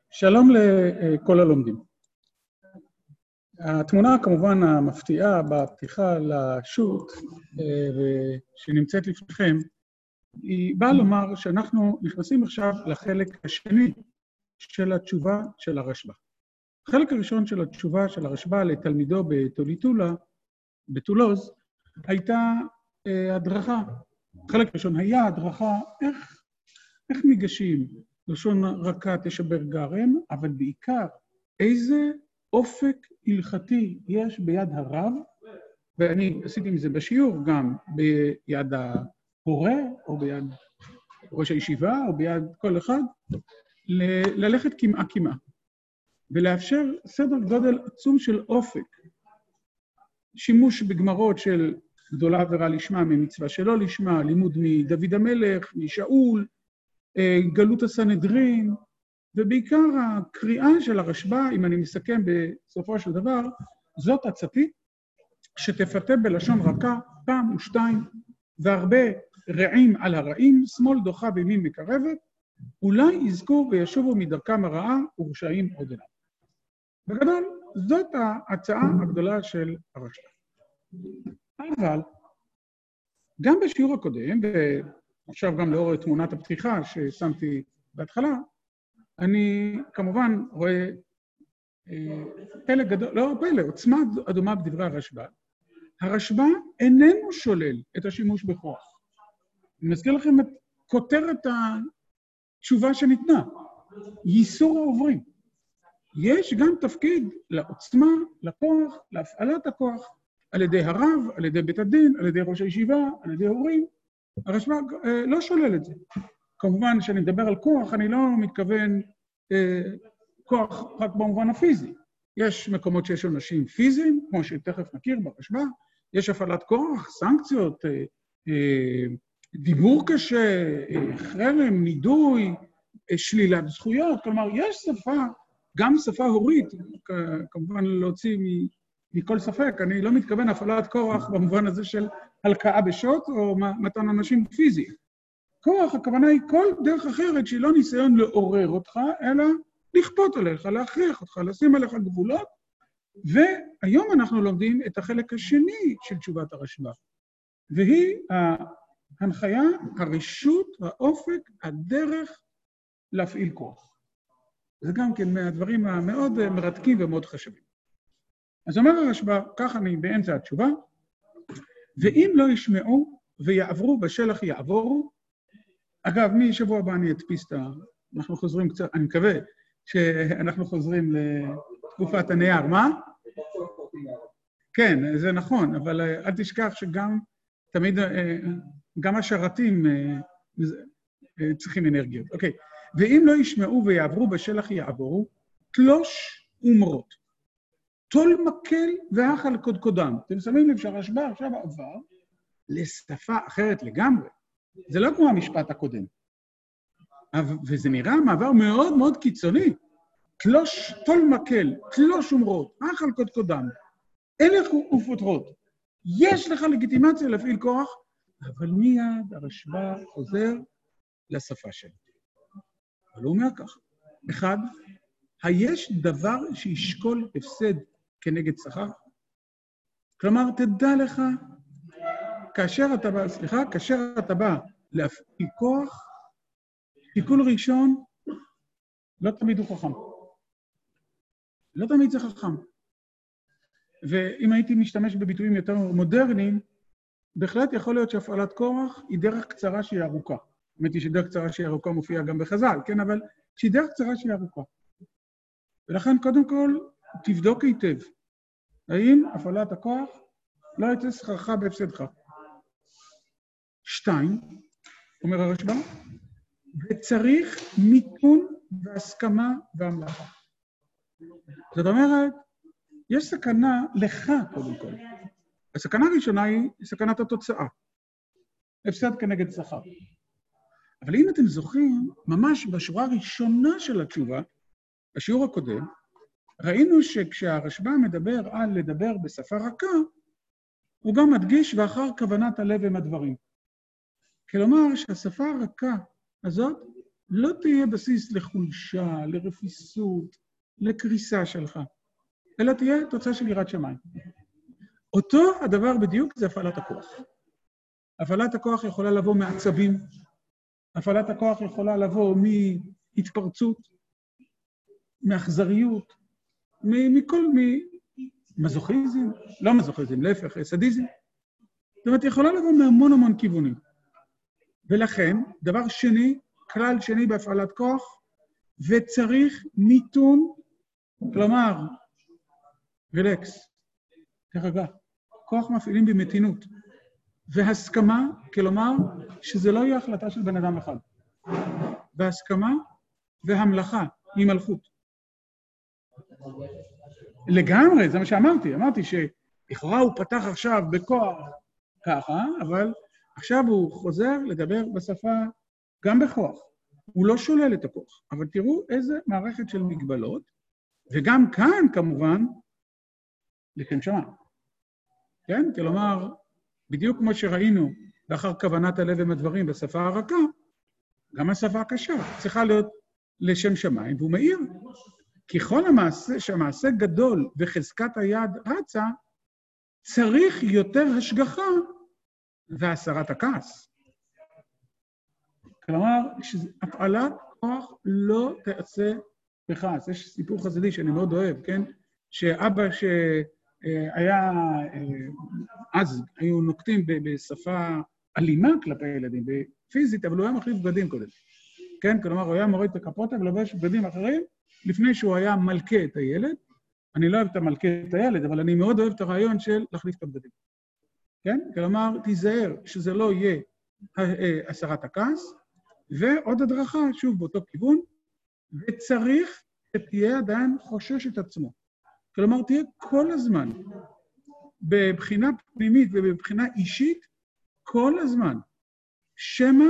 שלום לכל הלומדים. התמונה כמובן המפתיעה בפתיחה לשו"ת שנמצאת לפניכם, היא באה לומר שאנחנו נכנסים עכשיו לחלק השני של התשובה של הרשב"א. החלק הראשון של התשובה של הרשב"א לתלמידו בטולוז הייתה הדרכה. החלק הראשון היה הדרכה איך ניגשים, לשון רכה תשבר גרם, אבל בעיקר איזה אופק הלכתי יש ביד הרב, ואני עשיתי מזה בשיעור גם ביד ההורה, או ביד ראש הישיבה, או ביד כל אחד, ללכת כמעה, ולאפשר סדר גודל עצום של אופק, שימוש בגמרות של גדולה עבירה לשמה, ממצווה שלא לשמה, לימוד מדוד המלך, משאול, גלות הסנהדרין, ובעיקר הקריאה של הרשב"א, אם אני מסכם בסופו של דבר, זאת עצתי שתפתה בלשון רכה פעם ושתיים, והרבה רעים על הרעים, שמאל דוחה וימין מקרבת, אולי יזכו וישובו מדרכם הרעה ורשעים עוד אליו. בגדול, זאת ההצעה הגדולה של הרשב"א. אבל גם בשיעור הקודם, ועכשיו גם לאור תמונת הפתיחה ששמתי בהתחלה, אני כמובן רואה פלא גדול, לא פלא, עוצמה אדומה בדברי הרשב"א. הרשב"א איננו שולל את השימוש בכוח. אני מזכיר לכם את כותרת התשובה שניתנה, ייסור העוברים. יש גם תפקיד לעוצמה, לכוח, להפעלת הכוח, על ידי הרב, על ידי בית הדין, על ידי ראש הישיבה, על ידי הורים. הרשב"א לא שולל את זה. כמובן שאני מדבר על כוח, אני לא מתכוון כוח רק במובן הפיזי. יש מקומות שיש אנשים פיזיים, כמו שתכף נכיר ברשב"א, יש הפעלת כוח, סנקציות, דיבור קשה, חרם, נידוי, שלילת זכויות, כלומר יש שפה, גם שפה הורית, כמובן להוציא מכל ספק, אני לא מתכוון הפעלת כוח במובן הזה של הלקאה בשוט או מתן אנשים פיזיים. כוח, הכוונה היא כל דרך אחרת שהיא לא ניסיון לעורר אותך, אלא לכפות עליך, להכריח אותך, לשים עליך גבולות, והיום אנחנו לומדים את החלק השני של תשובת הרשב"א, והיא ההנחיה, הרשות, האופק, הדרך להפעיל כוח. זה גם כן מהדברים המאוד מרתקים ומאוד חשובים. אז אומר הרשב"א, כך אני באמצע התשובה, ואם לא ישמעו ויעברו בשלח יעבורו, אגב, משבוע הבא אני אדפיס אנחנו חוזרים קצת, אני מקווה שאנחנו חוזרים לתקופת הנייר, מה? כן, זה נכון, אבל אל תשכח שגם, תמיד, גם השרתים צריכים אנרגיות. אוקיי, ואם לא ישמעו ויעברו בשלח יעבורו, תלוש ומרות, תול מקל ואכל קודקודם. אתם שמים לב שהרשב"א עכשיו עבר לשפה אחרת לגמרי. זה לא כמו המשפט הקודם. וזה נראה מעבר מאוד מאוד קיצוני. תול מקל, תלוש ומרות, אכל קודקודם, הלך ופותרות. יש לך לגיטימציה להפעיל כוח, אבל מיד הרשב"א חוזר לשפה שלו. אבל הוא אומר כך, אחד, היש דבר שישקול הפסד כנגד שכר? כלומר, תדע לך, כאשר אתה בא להפעיל כוח, תיקול ראשון, לא תמיד הוא חכם. לא תמיד זה חכם. ואם הייתי משתמש בביטויים יותר מודרניים, בהחלט יכול להיות שהפעלת כוח היא דרך קצרה שהיא ארוכה. האמת היא שדרך קצרה שהיא ארוכה מופיעה גם בחז"ל, כן? אבל שהיא דרך קצרה שהיא ארוכה. ולכן קודם כל, תבדוק היטב. האם הפעלת הכוח לא יצא שכרך בהפסדך? 2, אומר הרשב"א, וצריך מיתון והסכמה והמלאכה. זאת אומרת, יש סכנה לך קודם כל. הסכנה הראשונה היא סכנת התוצאה. הפסד כנגד שכר. אבל אם אתם זוכרים, ממש בשורה הראשונה של התשובה, בשיעור הקודם, ראינו שכשהרשב"א מדבר על לדבר בשפה רכה, הוא גם מדגיש ואחר כוונת הלב הם הדברים. כלומר שהשפה הרכה הזאת לא תהיה בסיס לחולשה, לרפיסות, לקריסה שלך, אלא תהיה תוצאה של יראת שמיים. אותו הדבר בדיוק זה הפעלת הכוח. הפעלת הכוח יכולה לבוא מעצבים, הפעלת הכוח יכולה לבוא מהתפרצות, מאכזריות, מכל מזוכיזם, לא מזוכיזם, להפך, סדיזם. זאת אומרת, יכולה לבוא מהמון המון כיוונים. ולכן, דבר שני, כלל שני בהפעלת כוח, וצריך מיתון, כלומר, רלקס, תרגע, כוח מפעילים במתינות, והסכמה, כלומר, שזה לא יהיה החלטה של בן אדם אחד. והסכמה והמלאכה היא מלכות. לגמרי, זה מה שאמרתי. אמרתי שלכאורה הוא פתח עכשיו בכוח ככה, אבל עכשיו הוא חוזר לדבר בשפה גם בכוח. הוא לא שולל את הכוח, אבל תראו איזה מערכת של מגבלות, וגם כאן כמובן, לשם שמיים. כן? כלומר, בדיוק כמו שראינו לאחר כוונת הלב עם הדברים בשפה הרכה, גם השפה הקשה צריכה להיות לשם שמיים, והוא מאיר. ככל המעשה, שהמעשה גדול וחזקת היד רצה, צריך יותר השגחה והסרת הכעס. כלומר, הפעלת כוח לא תעשה בכעס. יש סיפור חסידי שאני מאוד אוהב, כן? שאבא שהיה, אז היו נוקטים בשפה אלימה כלפי ילדים, פיזית, אבל הוא היה מחליף בגדים קודם. כן? כלומר, הוא היה מוריד את הקפוטה ולובש בגדים אחרים, לפני שהוא היה מלכה את הילד. אני לא אוהב את המלכה את הילד, אבל אני מאוד אוהב את הרעיון של להחליף את הבגדים. כן? כלומר, תיזהר שזה לא יהיה הסרת הכעס, ועוד הדרכה, שוב, באותו כיוון, וצריך שתהיה עדיין חושש את עצמו. כלומר, תהיה כל הזמן, בבחינה פנימית ובבחינה אישית, כל הזמן. שמה,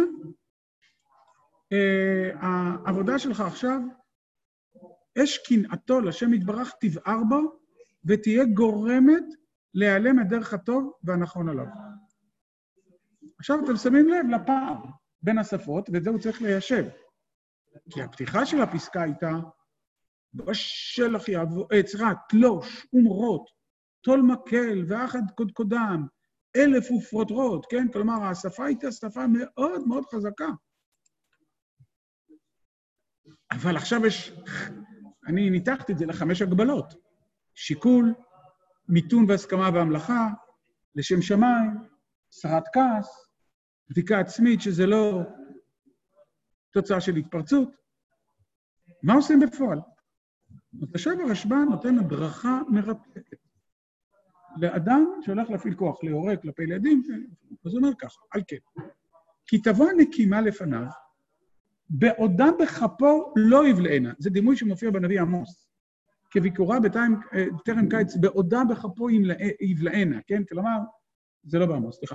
העבודה שלך עכשיו, אש קנאתו לשם יתברך תבער בו, ותהיה גורמת להיעלם את דרך הטוב והנכון עליו. עכשיו אתם שמים לב לפער בין השפות, ואת זה הוא צריך ליישב. כי הפתיחה של הפסקה הייתה, בשלח יעבור, תלוש, אומרות, תול מקל ואחד קודקודם, 1000 ופרוטרות, כן? כלומר, השפה הייתה שפה מאוד מאוד חזקה. אבל עכשיו אני ניתחתי את זה ל5 הגבלות. שיקול, מיתון והסכמה והמלאכה, לשם שמיים, סרת כעס, בדיקה עצמית שזה לא תוצאה של התפרצות. מה עושים בפועל? עכשיו הרשב"ן נותן הדרכה מרתקת. לאדם שהולך להפעיל כוח, להורה כלפי ילדים, אז הוא אומר ככה, על כן. כי תבוא הנקימה לפניו, בעודה בכפו לא יבלענה. זה דימוי שמופיע בנביא עמוס. כביקורה בטרם קיץ, בעודה בכפו יבלענה, כן? כלומר, זה לא בעמוס, סליחה.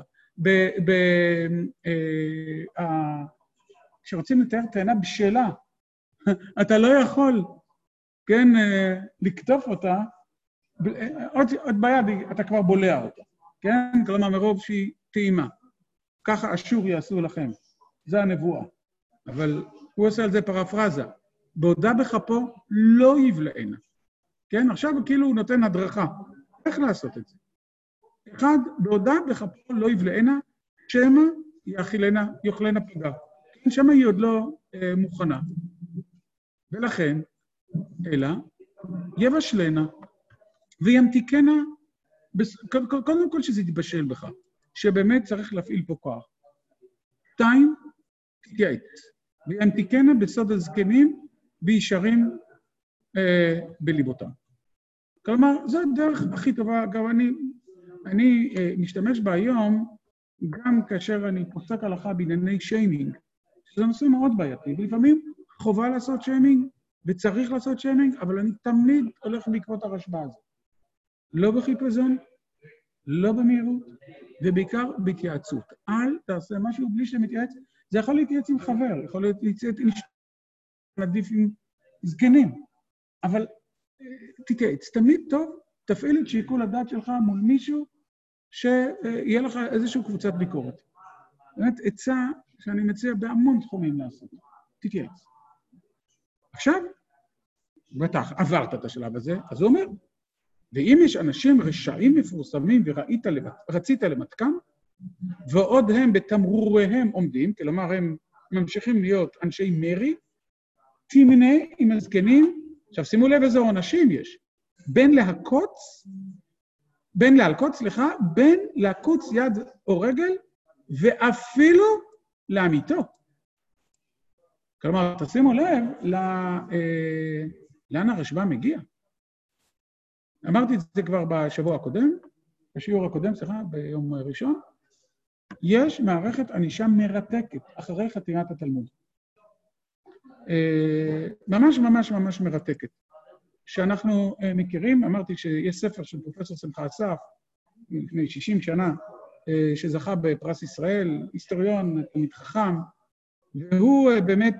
כשרוצים לתאר תאנה בשלה, אתה לא יכול, כן, לקטוף אותה, עוד ביד אתה כבר בולע אותה, כן? כלומר, מרוב שהיא טעימה. ככה אשור יעשו לכם. זה הנבואה. אבל הוא עושה על זה פרפרזה. בעודה בכפו לא יבלענה. כן? עכשיו כאילו הוא נותן הדרכה. איך לעשות את זה? אחד, בעודה בכפו לא יבלענה, שמה יאכלנה פגע. כן? שמה היא עוד לא מוכנה. ולכן, אלא, יבשלנה, וימתיקנה, קודם כל שזה יתבשל בך, שבאמת צריך להפעיל פה כוח. 2, תתייעץ, וימתיקנה בסוד הזקנים, וישרים בליבותם. כלומר, זו הדרך הכי טובה, גם אני משתמש בה היום, גם כאשר אני פוסק הלכה בענייני שיימינג, שזה נושא מאוד בעייתי, ולפעמים חובה לעשות שיימינג, וצריך לעשות שיימינג, אבל אני תמיד הולך בעקבות הרשב"א הזה. לא בחיפזון, לא במהירות, ובעיקר בהתייעצות. אל תעשה משהו בלי שאתה מתייעץ. זה יכול להתייעץ עם חבר, יכול להתייעץ עם עדיף עם זקנים, אבל תתייעץ. תמיד טוב, תפעיל את שיקול הדעת שלך מול מישהו, שיהיה לך איזושהי קבוצת ביקורת. באמת, עצה שאני מציע בהמון תחומים לעשות. תתייעץ. עכשיו, בטח עברת את השלב הזה, אז הוא אומר, ואם יש אנשים רשעים מפורסמים ורצית למתקם, ועוד הם בתמרוריהם עומדים, כלומר הם ממשיכים להיות אנשי מרי, תמנה עם הזקנים, עכשיו שימו לב איזה עונשים יש, בין לעקוץ יד או רגל, ואפילו לעמיתו. כלומר, תשימו לב לאן הרשב"א מגיע. אמרתי את זה כבר בשיעור הקודם, ביום ראשון. יש מערכת ענישה מרתקת אחרי חתימת התלמוד. ממש ממש ממש מרתקת. שאנחנו מכירים, אמרתי שיש ספר של פרופסור שמחה אסף, לפני 60 שנה, שזכה בפרס ישראל, היסטוריון, תלמיד חכם, והוא באמת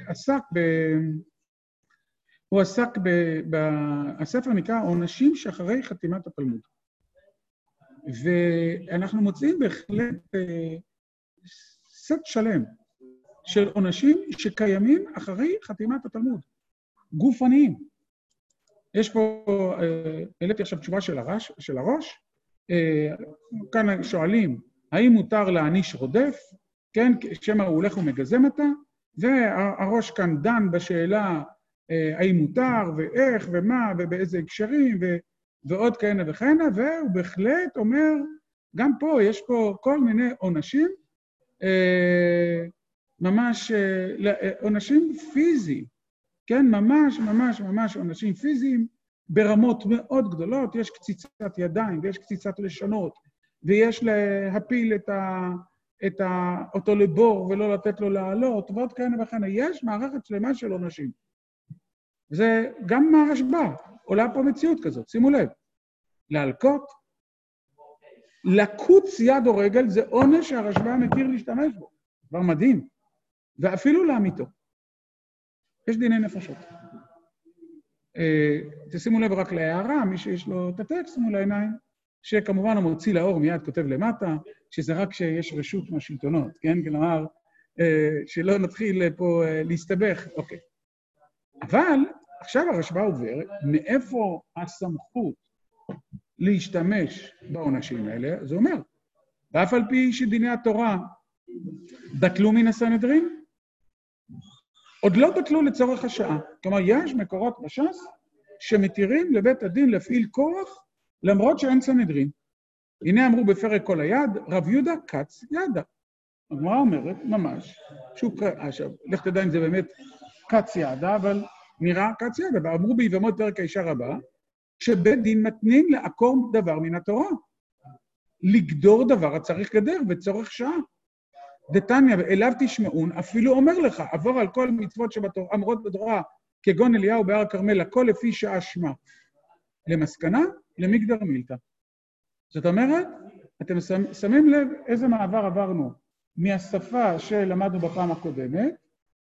הספר נקרא עונשים שאחרי חתימת התלמוד. ואנחנו מוצאים בהחלט סט שלם של עונשים שקיימים אחרי חתימת התלמוד, גופניים. יש פה, העליתי עכשיו תשובה של הראש, כאן שואלים, האם מותר להעניש רודף? כן, שמה הוא הולך ומגזם אותה, והראש כאן דן בשאלה האם מותר ואיך ומה ובאיזה הקשרים ועוד כהנה וכהנה, והוא בהחלט אומר, גם פה יש פה כל מיני עונשים, ממש עונשים פיזיים, כן, ממש ממש ממש עונשים פיזיים ברמות מאוד גדולות, יש קציצת ידיים ויש קציצת לשונות, ויש להפיל אותו לבור ולא לתת לו לעלות, ועוד כהנה וכהנה, יש מערכת שלמה של עונשים. זה גם מהרשב"א, עולה פה מציאות כזאת, שימו לב, להלקות, לקוץ יד או רגל, זה עונש שהרשב"א מכיר להשתמש בו, כבר מדהים, ואפילו לעמיתו. יש דיני נפשות. תשימו לב רק להערה, מי שיש לו את הטקסט מול העיניים, שכמובן הוא מוציא לאור מיד כותב למטה, שזה רק שיש רשות מהשלטונות, כן? כלומר, שלא נתחיל פה להסתבך, אוקיי. אבל עכשיו הרשב"א עובר, מאיפה הסמכות להשתמש בעונשים האלה? זה אומר, ואף על פי שדיני התורה בטלו מן הסנהדרין, עוד לא בטלו לצורך השעה. כלומר, יש מקורות בש"ס שמתירים לבית הדין להפעיל כוח, למרות שאין סנהדרין. הנה אמרו בפרק כל היד, רב יהודה קץ ידה. הגמרא אומרת, ממש, עכשיו, לך תדע אם זה באמת קץ ידה, אבל נראה קץ ידה. ואמרו ביבמות פרק האישה רבה, שבית דין מתנים לעקור דבר מן התורה. לגדור דבר הצריך גדר וצורך שעה. דתניא, אליו תשמעון, אפילו אומר לך, עבור על כל מצוות שאמרות בתורה, כגון אליהו בהר הכרמל, הכל לפי שעה שמה. למסקנה, למגדר מילתא. זאת אומרת, אתם שמים לב איזה מעבר עברנו מהשפה שלמדנו בפעם הקודמת,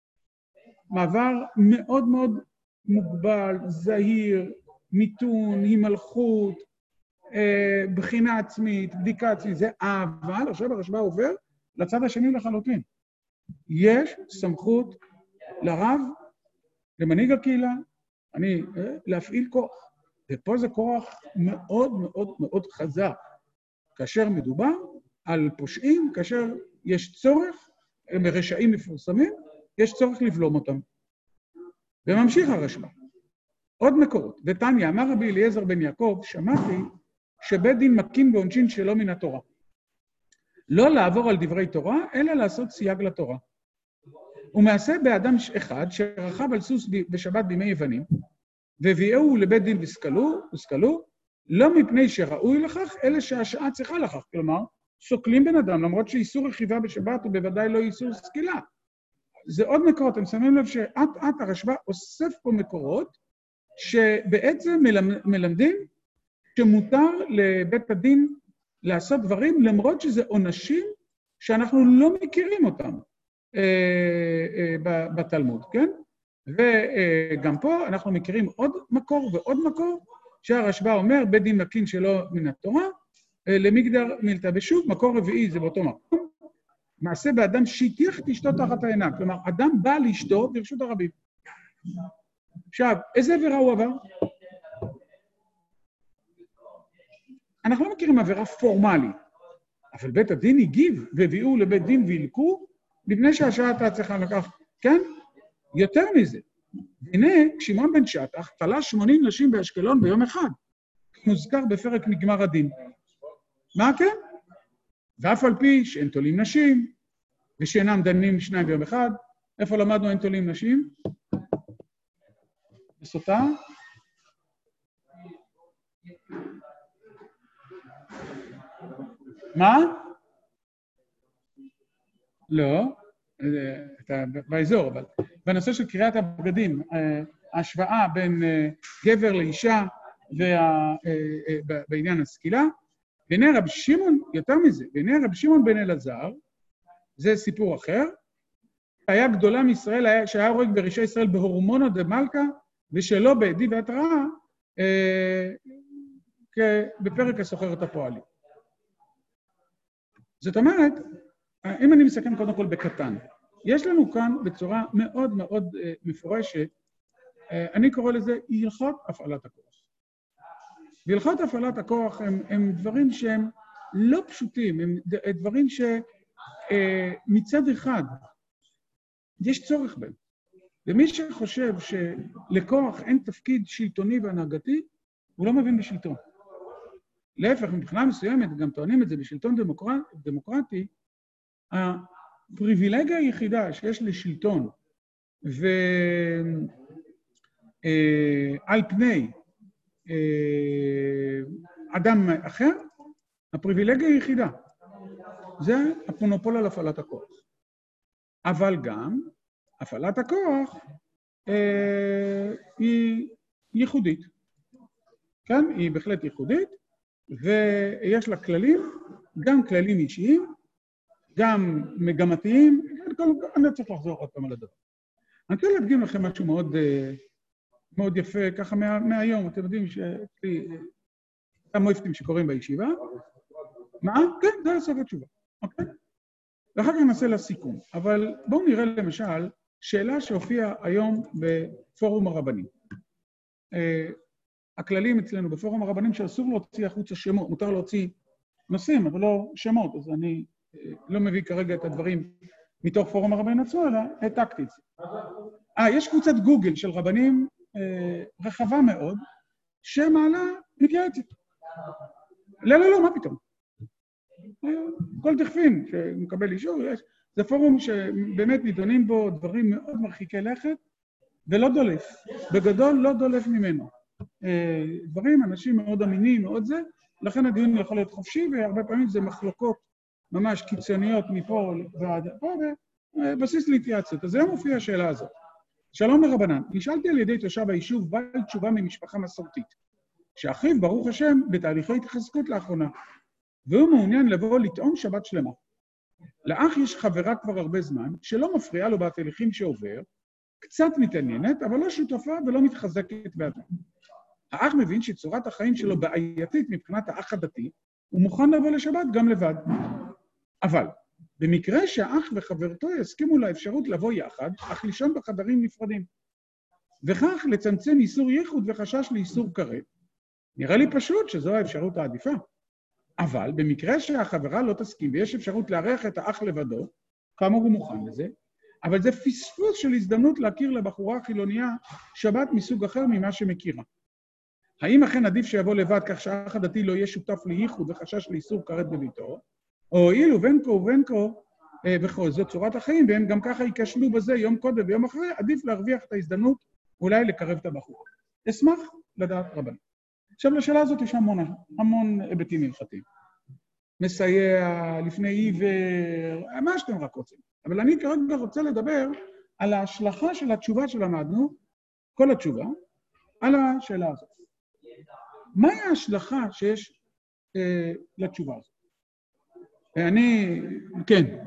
מעבר מאוד מאוד מוגבל, זהיר, מיתון, הימלכות, בחינה עצמית, בדיקה עצמית, זה אבל עכשיו הרשב"א עובר לצד השני לחלוטין. יש סמכות לרב, למנהיג הקהילה, להפעיל כוח. ופה זה כוח מאוד מאוד מאוד חזק. כאשר מדובר על פושעים, כאשר יש צורך, הם רשעים מפורסמים, יש צורך לבלום אותם. וממשיך הרשב"א. עוד מקורות. ותניא, אמר רבי אליעזר בן יעקב, שמעתי שבית דין מקים בעונשין שלא מן התורה. לא לעבור על דברי תורה, אלא לעשות סייג לתורה. ומעשה באדם אחד שרכב על סוס בשבת בימי יוונים, והביאהו לבית דין וסקלו, לא מפני שראוי לכך, אלא שהשעה צריכה לכך. כלומר, סוקלים בן אדם, למרות שאיסור רכיבה בשבת הוא בוודאי לא איסור סקילה. זה עוד מקורות, אתם שמים לב שעט הרשב"א אוסף פה מקורות, שבעצם מלמדים שמותר לבית הדין לעשות דברים, למרות שזה עונשים שאנחנו לא מכירים אותם בתלמוד, כן? וגם פה אנחנו מכירים עוד מקור ועוד מקור, שהרשב"א אומר, בית דין מקין שלא מן התורה, למגדר מילתא. ושוב, מקור רביעי זה באותו מקום, מעשה באדם שהטיח את אשתו תחת העינה. כלומר, אדם בא לאשתו ברשות הרבים. עכשיו, איזה עבירה הוא עבר? אנחנו לא מכירים עבירה פורמלית, אבל בית הדין הגיב והביאו לבית דין וילקו, לפני שהשעה הייתה צריכה לקח, כן? יותר מזה. הנה, שמעון בן שטח תלה 80 נשים באשקלון ביום אחד. מוזכר בפרק נגמר הדין. מה כן? ואף על פי שאין תולים נשים, ושאינם דנים שניים ביום אחד, איפה למדנו אין תולים נשים? בסוטה? מה? לא, אתה באזור, אבל בנושא של קריאת הבגדים, ההשוואה בין גבר לאישה בעניין הסקילה, בעיני רבי שמעון, יותר מזה, בעיני רבי שמעון בן אלעזר, זה סיפור אחר, היה גדולה מישראל, שהיה הורג בראשי ישראל בהורמונו דה מלכה, ושלא בעדי והתראה, בפרק הסוחרת הפועלים. זאת אומרת, אם אני מסכם קודם כל בקטן, יש לנו כאן בצורה מאוד מאוד מפורשת, אני קורא לזה הלכות הפעלת הכוח. והלכות הפעלת הכוח הם דברים שהם לא פשוטים, הם דברים שמצד אחד יש צורך בהם. ומי שחושב שלכוח אין תפקיד שלטוני והנהגתי, הוא לא מבין בשלטון. להפך, מבחינה מסוימת, גם טוענים את זה בשלטון דמוקרטי, הפריבילגיה היחידה שיש לשלטון ועל פני אדם אחר, הפריבילגיה היחידה, זה המונופול על הפעלת הכוח. אבל גם הפעלת הכוח היא ייחודית. כן? היא בהחלט ייחודית, ויש לה כללים, גם כללים אישיים, גם מגמתיים, אני לא צריך לחזור עוד פעם על הדבר. אני רוצה להדגים לכם משהו מאוד, מאוד יפה, ככה מהיום, אתם יודעים שיש לי כמה מופתים שקוראים בישיבה. מה? כן, זה הסוף התשובה, אוקיי? ואחר כך נעשה לה סיכום, אבל בואו נראה למשל שאלה שהופיעה היום בפורום הרבנים. הכללים אצלנו בפורום הרבנים שאסור להוציא החוצה שמות, מותר להוציא נושאים, אבל לא שמות, אז אני לא מביא כרגע את הדברים מתוך פורום הרבנים עצמו, אלא העתקתי את זה. יש קבוצת גוגל של רבנים רחבה מאוד, שמעלה מתייעצת. לא, מה פתאום? כל דכפין שמקבל אישור, זה פורום שבאמת נידונים בו דברים מאוד מרחיקי לכת, ולא דולף, בגדול לא דולף ממנו. דברים, אנשים מאוד אמינים, מאוד זה, לכן הדיון יכול להיות חופשי, והרבה פעמים זה מחלוקות ממש קיצוניות מפה ועד פה, ובסיס להתייעצות. אז היום מופיעה השאלה הזאת. שלום לרבנן, נשאלתי על ידי תושב היישוב בעל תשובה ממשפחה מסורתית, שאחיו ברוך השם בתהליכי התחזקות לאחרונה, והוא מעוניין לבוא לטעום שבת שלמה. לאח יש חברה כבר הרבה זמן, שלא מפריעה לו בתהליכים שעובר, קצת מתעניינת, אבל לא שותפה ולא מתחזקת בעדה. האח מבין שצורת החיים שלו בעייתית מבחינת האח הדתי, הוא מוכן לבוא לשבת גם לבד. אבל, במקרה שהאח וחברתו יסכימו לאפשרות לבוא יחד, אך לישון בחדרים נפרדים. וכך לצמצם איסור ייחוד וחשש לאיסור כרת. נראה לי פשוט שזו האפשרות העדיפה. אבל במקרה שהחברה לא תסכים ויש אפשרות לארח את האח לבדו, כאמור הוא מוכן לזה, אבל זה פספוס של הזדמנות להכיר לבחורה החילוניה שבת מסוג אחר ממה שמכירה. האם אכן עדיף שיבוא לבד כך שהאח הדתי לא יהיה שותף לייחוד וחשש לאיסור כרת בביתו, או אילו בין כה ובין כה בכל זאת צורת החיים, והם גם ככה ייכשלו בזה יום קודם ויום אחרי, עדיף להרוויח את ההזדמנות אולי לקרב את הבחורה. אשמח לדעת רבן. עכשיו לשאלה הזאת יש המון היבטים הלכתיים. מסייע, לפני עיוור, מה שאתם רק רוצים. אבל אני כרגע רוצה לדבר על ההשלכה של התשובה שלמדנו, כל התשובה, על השאלה הזאת. מהי ההשלכה שיש לתשובה הזאת? כן.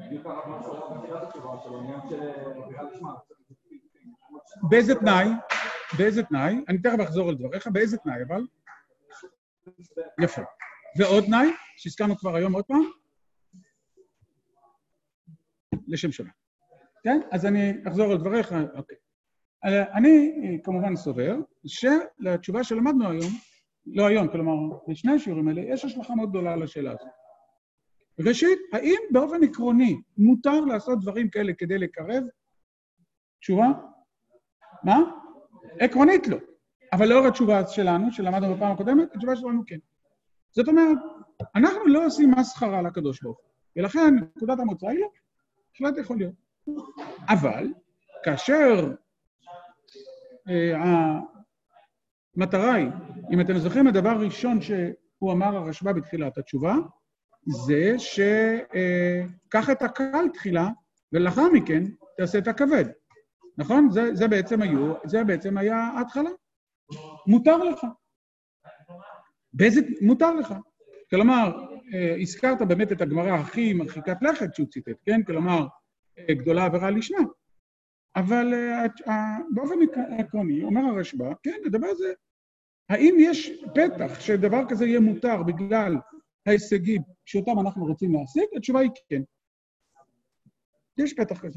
באיזה תנאי? באיזה תנאי? אני תכף אחזור על דבריך, באיזה תנאי אבל? יפה. ועוד תנאי, שהזכרנו כבר היום עוד פעם? לשם שמה. כן? אז אני אחזור על דבריך, אוקיי. אני כמובן סובר שלתשובה שלמדנו היום, לא היום, כלומר, בשני השיעורים האלה, יש השלכה מאוד גדולה על השאלה הזאת. ראשית, האם באופן עקרוני מותר לעשות דברים כאלה כדי לקרב? תשובה? מה? עקרונית לא. אבל לאור התשובה שלנו, שלמדנו בפעם הקודמת, התשובה שלנו כן. זאת אומרת, אנחנו לא עושים מסחרה לקדוש ברוך הוא. ולכן, נקודת המוצא היא לא, בהחלט יכול להיות. אבל, כאשר המטרה היא, אם אתם זוכרים, הדבר הראשון שהוא אמר הרשב"א בתחילת התשובה, זה שקח את הקל תחילה, ולאחר מכן תעשה את הכבד. נכון? זה בעצם היה ההתחלה. מותר לך. מותר לך. כלומר, הזכרת באמת את הגמרא הכי מרחיקת לכת שהוא ציטט, כן? כלומר, גדולה עבירה לשמה. אבל באופן עקרוני, אומר הרשב"א, כן, הדבר הזה, האם יש פתח שדבר כזה יהיה מותר בגלל ההישגים שאותם אנחנו רוצים להשיג? התשובה היא כן. יש פתח כזה.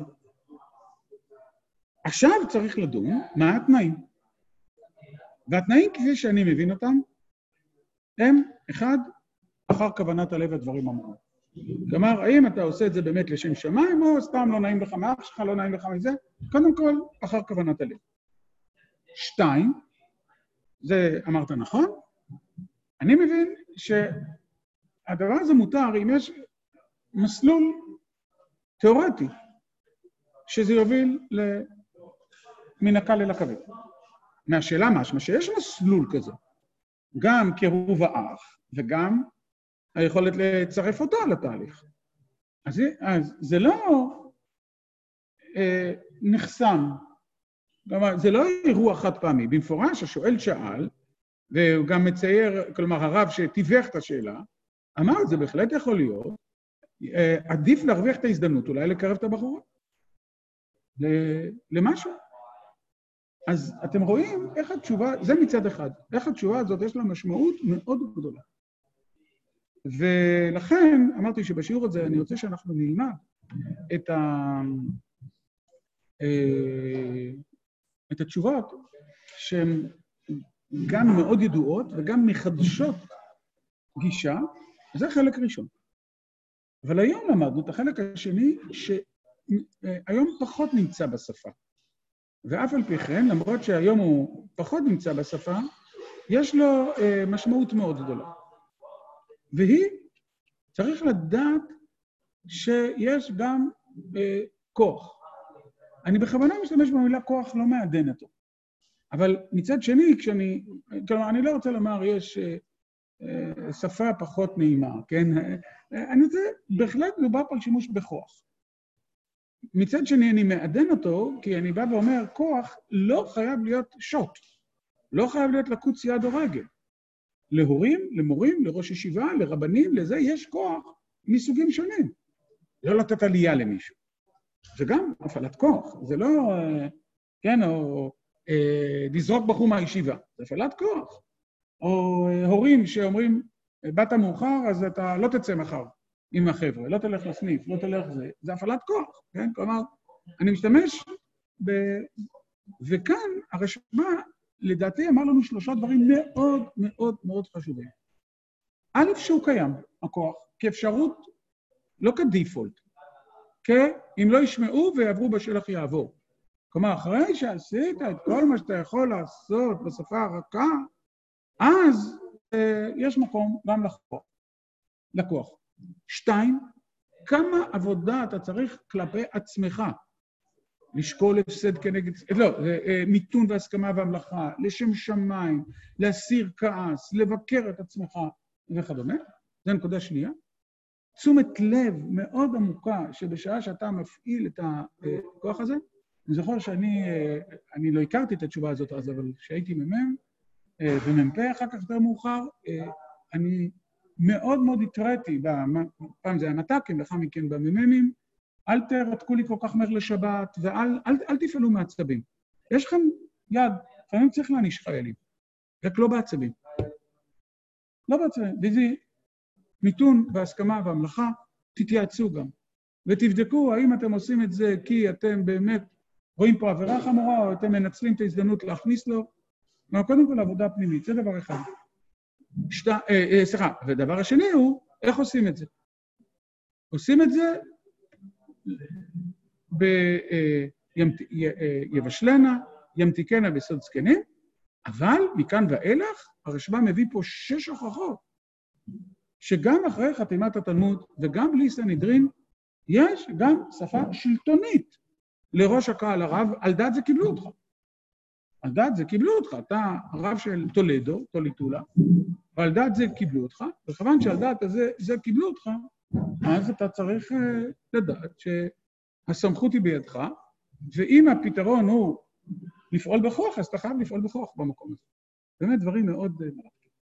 עכשיו צריך לדון מה התנאים. והתנאים, כפי שאני מבין אותם, הם, אחד, אחר כוונת הלב הדברים אמרו. כלומר, האם אתה עושה את זה באמת לשם שמיים, או סתם לא נעים לך מאח שלך, לא נעים לך מזה? קודם כל, אחר כוונת הלב. 2, זה אמרת נכון, אני מבין שהדבר הזה מותר אם יש מסלול תיאורטי, שזה יוביל מן הקל אל הכבד. מהשאלה משמע שיש מסלול כזה, גם קירוב האח, וגם היכולת לצרף אותו לתהליך. אז זה לא נחסם, זה לא אירוע חד פעמי. במפורש השואל שאל, והוא גם מצייר, כלומר הרב שתיווך את השאלה, אמר, זה בהחלט יכול להיות, עדיף להרוויח את ההזדמנות, אולי לקרב את הבחורה למשהו. אז אתם רואים איך התשובה, זה מצד אחד, איך התשובה הזאת יש לה משמעות מאוד גדולה. ולכן אמרתי שבשיעור הזה אני רוצה שאנחנו נלמד את התשובות שהן גם מאוד ידועות וגם מחדשות גישה, זה חלק ראשון. אבל היום למדנו את החלק השני שהיום פחות נמצא בשפה. ואף על פי כן, למרות שהיום הוא פחות נמצא בשפה, יש לו משמעות מאוד גדולה. והיא צריך לדעת שיש גם כוח. אני בכוונה משתמש במילה כוח, לא מעדן אותו. אבל מצד שני, כלומר, אני לא רוצה לומר, יש שפה פחות נעימה, כן? אני רוצה, בהחלט מדובר פה על שימוש בכוח. מצד שני, אני מעדן אותו, כי אני בא ואומר, כוח לא חייב להיות שוט, לא חייב להיות לקוץ יד או רגל. להורים, למורים, לראש ישיבה, לרבנים, לזה יש כוח מסוגים שונים. לא לתת עלייה למישהו. זה גם הפעלת כוח, זה לא, כן, או לזרוק בחור מהישיבה, זה הפעלת כוח. או הורים שאומרים, באת מאוחר, אז אתה לא תצא מחר עם החבר'ה, לא תלך לסניף, לא תלך זה הפעלת כוח, כן? כלומר, אני משתמש וכאן הרשב"א, לדעתי, אמר לנו 3 דברים מאוד מאוד מאוד חשובים. א', שהוא קיים, הכוח, כאפשרות, לא כדיפולט, אם לא ישמעו ויעברו בשלח יעבור. כלומר, אחרי שעשית את כל מה שאתה יכול לעשות בשפה הרכה, אז יש מקום גם לכוח. 2, כמה עבודה אתה צריך כלפי עצמך? לשקול הפסד כנגד, לא, מיתון והסכמה והמלאכה, לשם שמיים, להסיר כעס, לבקר את עצמך וכדומה. זו נקודה שנייה. תשומת לב מאוד עמוקה שבשעה שאתה מפעיל את הכוח הזה, אני זוכר שאני לא הכרתי את התשובה הזאת אז, אבל כשהייתי ממם ומ"פ אחר כך יותר מאוחר, אני מאוד מאוד התראיתי, פעם זה היה מת"קים, לאחר מכן במ"מים, אל תרתקו לי כל כך מהר לשבת, ואל תפעלו מעצבים. יש לכם יד, לפעמים צריך להעניש חיילים, רק לא בעצבים. לא בעצבים, וזה מיתון והסכמה והמלאכה, תתייעצו גם. ותבדקו האם אתם עושים את זה כי אתם באמת רואים פה עבירה חמורה, או אתם מנצלים את ההזדמנות להכניס לו. קודם כל, עבודה פנימית, זה דבר אחד. ודבר השני הוא, איך עושים את זה? עושים את זה יבשלנה, ימתיקנה בסוד זקנים, אבל מכאן ואילך, הרשב"א מביא פה 6 הוכחות, שגם אחרי חתימת התלמוד וגם בלי סנהדרין, יש גם שפה שלטונית לראש הקהל הרב, על דעת זה קיבלו אותך. על דעת זה קיבלו אותך, אתה הרב של טולדו, טוליטולה, ועל דעת זה קיבלו אותך, וכיוון שעל דעת זה קיבלו אותך, אז אתה צריך לדעת שהסמכות היא בידך, ואם הפתרון הוא לפעול בכוח, אז אתה חייב לפעול בכוח במקום הזה. באמת דברים מאוד מרתקים.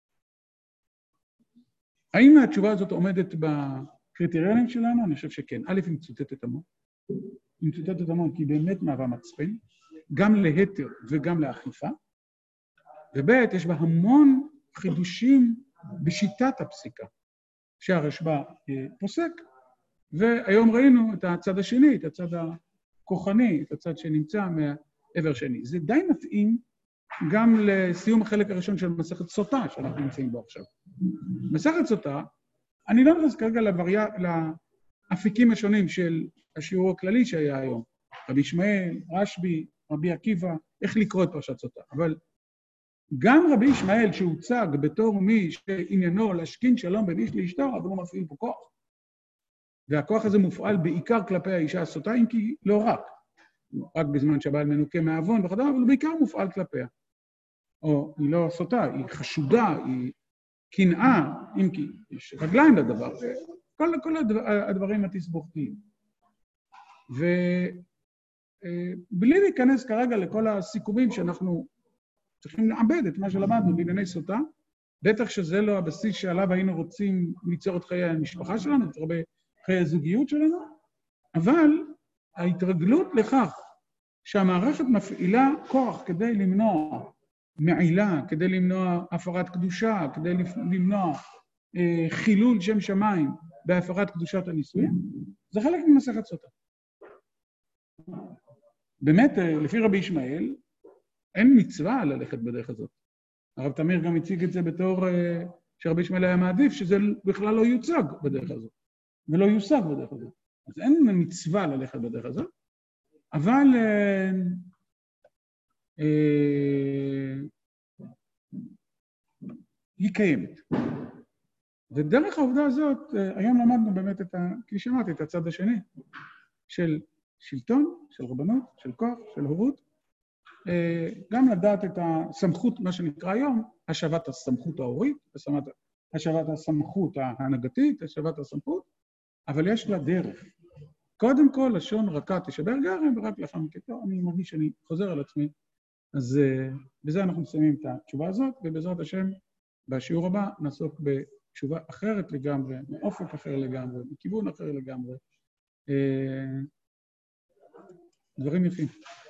האם התשובה הזאת עומדת בקריטריונים שלנו? אני חושב שכן. א', היא מצוטטת המון. היא מצוטטת המון כי היא באמת מהווה מצפן, גם להתר וגם לאכיפה, וב' יש בה המון חידושים בשיטת הפסיקה שהרשב"א פוסק, והיום ראינו את הצד השני, את הצד הכוחני, את הצד שנמצא מהעבר שני. זה די מתאים גם לסיום החלק הראשון של מסכת סוטה שאנחנו נמצאים בו עכשיו. מסכת סוטה, אני לא נכנס כרגע לאפיקים השונים של השיעור הכללי שהיה היום, רבי ישמעאל, רשב"י, רבי עקיבא, איך לקרוא את פרשת סוטה. אבל גם רבי ישמעאל שהוצג בתור מי שעניינו להשכין שלום בין איש לאשתו, אבל הוא מפעיל פה כוח. והכוח הזה מופעל בעיקר כלפי האישה הסוטה, אם כי לא רק בזמן שהבעל מנוקה מהעוון וכדומה, אבל בעיקר מופעל כלפיה. או היא לא סוטה, היא חשודה, היא קנאה, אם כי יש רגליים לדבר, כל הדברים התסבוכתיים. ובלי להיכנס כרגע לכל הסיכומים שאנחנו צריכים לעבד את מה שלמדנו בענייני סוטה, בטח שזה לא הבסיס שעליו היינו רוצים ליצור את חיי המשפחה שלנו, את חיי הזוגיות שלנו, אבל ההתרגלות לכך שהמערכת מפעילה כוח כדי למנוע מעילה, כדי למנוע הפרת קדושה, כדי למנוע חילול שם שמיים בהפרת קדושת הנישואים, זה חלק ממסכת סוטה. באמת, לפי רבי ישמעאל, אין מצווה ללכת בדרך הזאת. הרב תמיר גם הציג את זה בתור שרבי ישמעאל היה מעדיף, שזה בכלל לא יוצג בדרך הזאת, ולא יושג בדרך הזאת. אז אין מצווה ללכת בדרך הזאת, אבל היא קיימת. ודרך העובדה הזאת, היום למדנו באמת כפי שאמרתי, את הצד השני, של שלטון, של רבנות, של כוח, של הורות, גם לדעת את הסמכות, מה שנקרא היום, השבת הסמכות ההורית, השבת הסמכות ההנהגתית, השבת הסמכות, אבל יש לה דרך. קודם כל, לשון רכה תשבר גרם, ורק לאחר מכן, אני מרגיש שאני חוזר על עצמי, אז בזה אנחנו מסיימים את התשובה הזאת, ובעזרת השם, בשיעור הבא נעסוק בתשובה אחרת לגמרי, מאופק אחר לגמרי, מכיוון אחר לגמרי. דברים יפים.